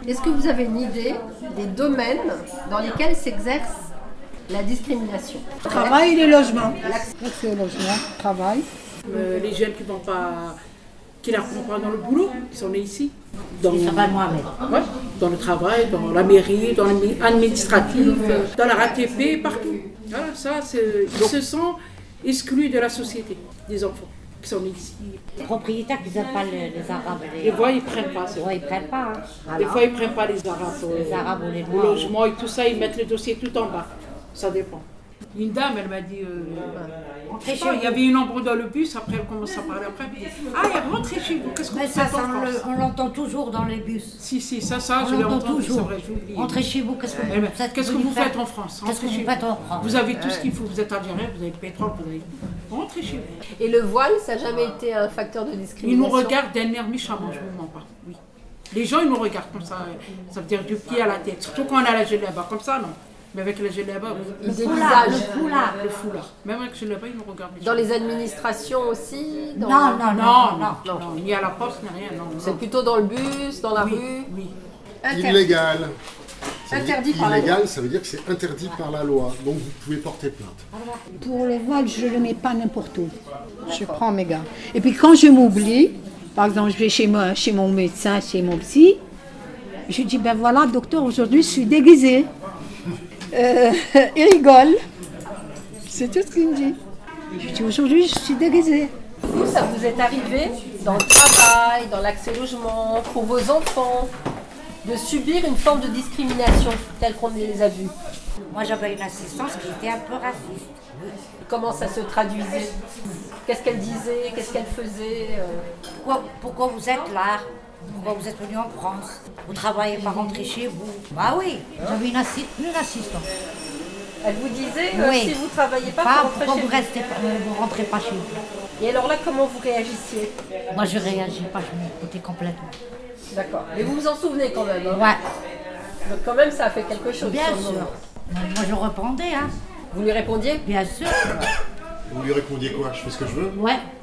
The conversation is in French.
Est-ce que vous avez une idée des domaines dans lesquels s'exerce la discrimination? Travail et les logements. L'accès au logement, travail. Les jeunes qui n'arrivent pas dans le boulot, qui sont nés ici. Dans le travail, dans la mairie, dans l'administratif, dans la RATP, partout. Voilà, ils se sentent exclus de la société, des enfants qui sont nés ici. Les propriétaires qui n'aiment pas les Arabes. Des fois, ils ne prennent pas. Des fois, ils ne prennent pas. Des fois, ils ne prennent pas les Arabes ou les au logement et tout ça, ils mettent le dossier tout en bas. Ça dépend. Une dame, elle m'a dit, il y avait une embrouille dans le bus, après elle commence à parler après. Rentrez chez vous, qu'est-ce que vous faites en France? On l'entend toujours dans les bus. Si, ça, je l'ai entendu, c'est vrai, j'ai oublié. Rentrez chez vous, qu'est-ce que vous faites? Qu'est-ce que vous faites en France? Qu'est-ce que vous faites en France? Vous avez tout ce qu'il faut, vous êtes algérien, vous avez le pétrole, vous avez... Rentrez chez vous. Et le voile, ça n'a jamais été un facteur de discrimination? Ils nous regardent d'un air méchamment, je ne vous mens pas, oui. Les gens, ils nous regardent comme ça veut dire du pied à la tête. Surtout quand on a la là-bas, comme ça, non. Mais avec la là-bas, le foulard. Le foulard. Même avec la là-bas, ils nous regardent. Dans les administrations aussi Non, ni à la poste, ni rien, non. C'est plutôt dans le bus, dans la rue. Oui. Illégal. Interdit par la loi. Illégal, ça veut dire que c'est interdit par la loi. Donc vous pouvez porter plainte. Pour le voile, je ne le mets pas n'importe où. Je prends mes gars. Et puis quand je m'oublie, par exemple, je vais chez mon médecin, chez mon psy, je dis, ben voilà, docteur, aujourd'hui, je suis déguisée. Il rigole. C'est tout ce qu'il me dit. Je dis, aujourd'hui, je suis déguisée. Vous, ça vous est arrivé dans le travail, dans l'accès au logement, pour vos enfants, de subir une forme de discrimination telle qu'on les a vus? Moi, j'avais une assistance qui était un peu raciste. Comment ça se traduisait? Qu'est-ce qu'elle disait? Qu'est-ce qu'elle faisait? Pourquoi vous êtes là? Pourquoi vous êtes venu en France? Vous ne travaillez pas rentrer chez vous? Bah oui, j'avais une assistante. Elle vous disait oui. Si vous ne travaillez pas, pourquoi vous rentrez pas chez vous? Et alors là, comment vous réagissiez? Moi, je ne réagis pas, je m'écoutais complètement. D'accord. Mais vous vous en souvenez quand même, hein? Ouais. Donc quand même, ça a fait quelque chose. Bien sûr. Moi, je répondais, hein. Vous lui répondiez? Bien sûr. Vous lui répondiez quoi? Je fais ce que je veux? Ouais.